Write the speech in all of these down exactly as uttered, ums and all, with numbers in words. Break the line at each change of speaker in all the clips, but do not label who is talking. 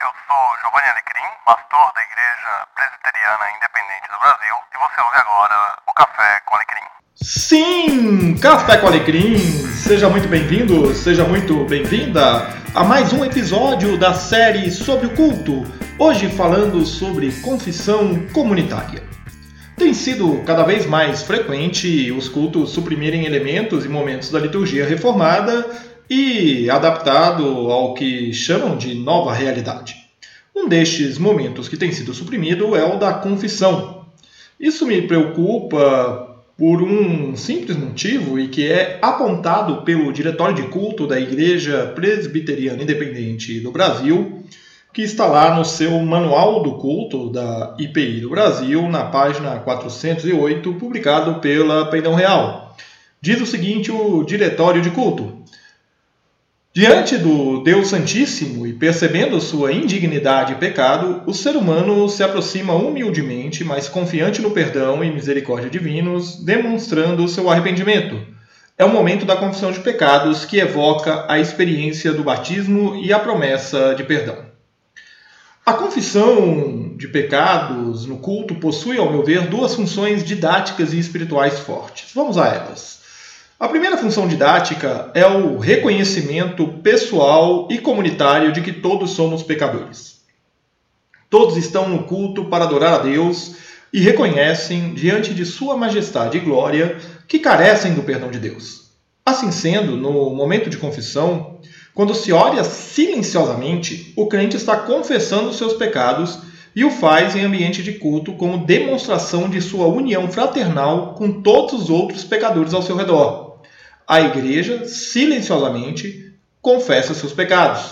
eu sou Giovanni Alecrim, pastor da Igreja Presbiteriana Independente do Brasil, e você ouve agora o Café com Alecrim.
Sim, Café com Alecrim! Seja muito bem-vindo, seja muito bem-vinda a mais um episódio da série sobre o culto, hoje falando sobre confissão comunitária. Tem sido cada vez mais frequente os cultos suprimirem elementos e momentos da liturgia reformada e adaptado ao que chamam de nova realidade. Um destes momentos que tem sido suprimido é o da confissão. Isso me preocupa por um simples motivo e que é apontado pelo Diretório de Culto da Igreja Presbiteriana Independente do Brasil, que está lá no seu Manual do Culto da I P I do Brasil, na página quatrocentos e oito, publicado pela Peidão Real. Diz o seguinte o Diretório de Culto: diante do Deus Santíssimo e percebendo sua indignidade e pecado, o ser humano se aproxima humildemente, mas confiante no perdão e misericórdia divinos, demonstrando seu arrependimento. É o momento da confissão de pecados que evoca a experiência do batismo e a promessa de perdão. A confissão de pecados no culto possui, ao meu ver, duas funções didáticas e espirituais fortes. Vamos a elas. A primeira função didática é o reconhecimento pessoal e comunitário de que todos somos pecadores. Todos estão no culto para adorar a Deus e reconhecem, diante de sua majestade e glória, que carecem do perdão de Deus. Assim sendo, no momento de confissão, quando se ora silenciosamente, o crente está confessando seus pecados e o faz em ambiente de culto como demonstração de sua união fraternal com todos os outros pecadores ao seu redor. A igreja, silenciosamente, confessa seus pecados.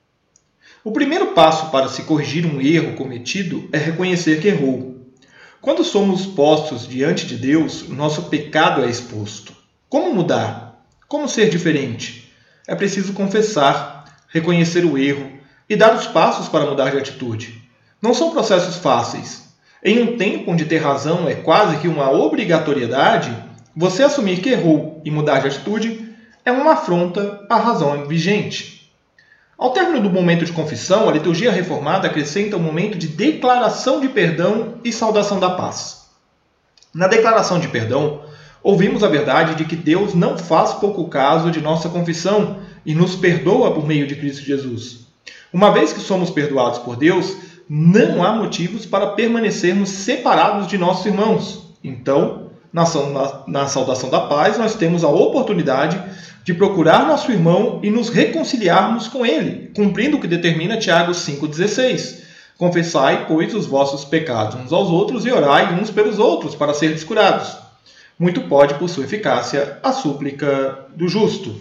O primeiro passo para se corrigir um erro cometido é reconhecer que errou. Quando somos postos diante de Deus, nosso pecado é exposto. Como mudar? Como ser diferente? É preciso confessar, reconhecer o erro e dar os passos para mudar de atitude. Não são processos fáceis. Em um tempo onde ter razão é quase que uma obrigatoriedade, você assumir que errou e mudar de atitude é uma afronta à razão vigente. Ao término do momento de confissão, a liturgia reformada acrescenta um momento de declaração de perdão e saudação da paz. Na declaração de perdão, ouvimos a verdade de que Deus não faz pouco caso de nossa confissão e nos perdoa por meio de Cristo Jesus. Uma vez que somos perdoados por Deus, não há motivos para permanecermos separados de nossos irmãos. Então, na, na, na saudação da paz, nós temos a oportunidade de procurar nosso irmão e nos reconciliarmos com ele, cumprindo o que determina Tiago cinco dezesseis. Confessai, pois, os vossos pecados uns aos outros e orai uns pelos outros para serdes curados. Muito pode, por sua eficácia, a súplica do justo.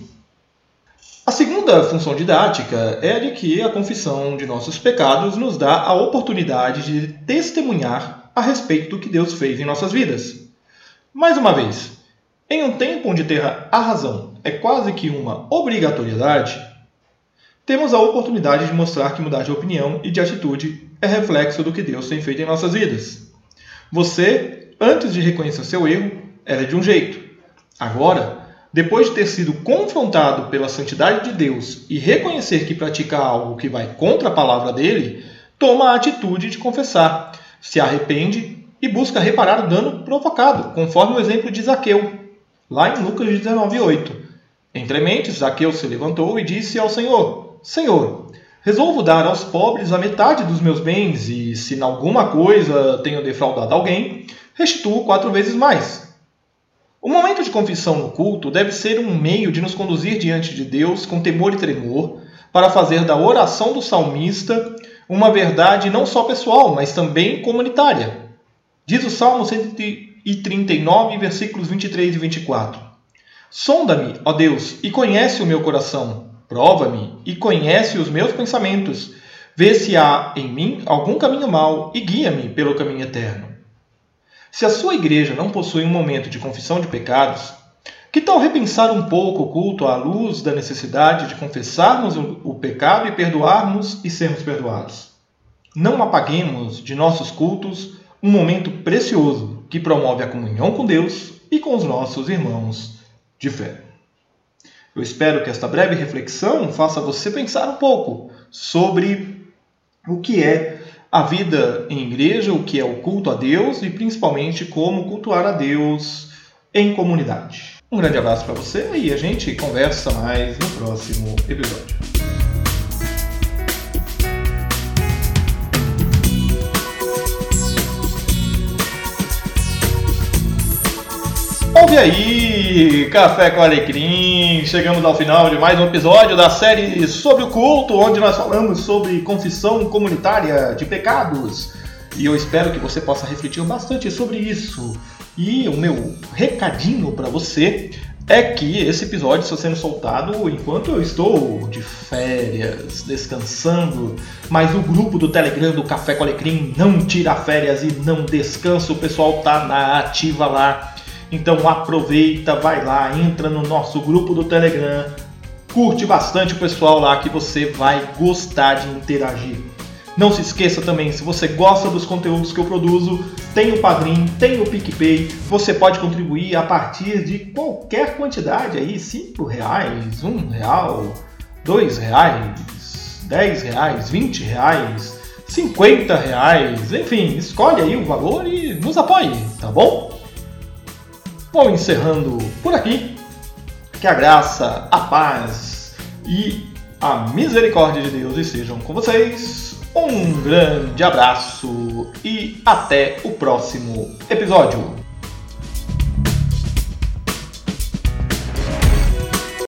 A segunda função didática é a de que a confissão de nossos pecados nos dá a oportunidade de testemunhar a respeito do que Deus fez em nossas vidas. Mais uma vez, em um tempo onde ter a razão é quase que uma obrigatoriedade, temos a oportunidade de mostrar que mudar de opinião e de atitude é reflexo do que Deus tem feito em nossas vidas. Você, antes de reconhecer seu erro, era de um jeito. Agora, depois de ter sido confrontado pela santidade de Deus e reconhecer que pratica algo que vai contra a palavra dele, toma a atitude de confessar, se arrepende e busca reparar o dano provocado, conforme o exemplo de Zaqueu, lá em Lucas dezenove, oito. Entre mentes, Zaqueu se levantou e disse ao Senhor: Senhor, resolvo dar aos pobres a metade dos meus bens e, se em alguma coisa tenho defraudado alguém, restituo quatro vezes mais. O momento de confissão no culto deve ser um meio de nos conduzir diante de Deus com temor e tremor, para fazer da oração do salmista uma verdade não só pessoal, mas também comunitária. Diz o Salmo cento e trinta e nove, versículos vinte e três e vinte e quatro. Sonda-me, ó Deus, e conhece o meu coração. Prova-me e conhece os meus pensamentos. Vê se há em mim algum caminho mau e guia-me pelo caminho eterno. Se a sua igreja não possui um momento de confissão de pecados, que tal repensar um pouco o culto à luz da necessidade de confessarmos o pecado e perdoarmos e sermos perdoados? Não apaguemos de nossos cultos um momento precioso que promove a comunhão com Deus e com os nossos irmãos de fé. Eu espero que esta breve reflexão faça você pensar um pouco sobre o que é a vida em igreja, o que é o culto a Deus e principalmente como cultuar a Deus em comunidade. Um grande abraço para você e a gente conversa mais no próximo episódio. Ouve aí, Café com Alecrim, chegamos ao final de mais um episódio da série sobre o culto, onde nós falamos sobre confissão comunitária de pecados. E eu espero que você possa refletir bastante sobre isso. E o meu recadinho para você é que esse episódio está sendo soltado enquanto eu estou de férias, descansando. Mas o grupo do Telegram do Café com Alecrim não tira férias e não descansa, o pessoal tá na ativa lá. Então aproveita, vai lá, entra no nosso grupo do Telegram, curte bastante o pessoal lá que você vai gostar de interagir. Não se esqueça também, se você gosta dos conteúdos que eu produzo, tem o Padrim, tem o PicPay, você pode contribuir a partir de qualquer quantidade aí, cinco reais, um real, dois reais, dez reais, vinte reais, cinquenta reais, enfim, escolhe aí o valor e nos apoie, tá bom? Vou encerrando por aqui. Que a graça, a paz e a misericórdia de Deus estejam com vocês. Um grande abraço e até o próximo episódio.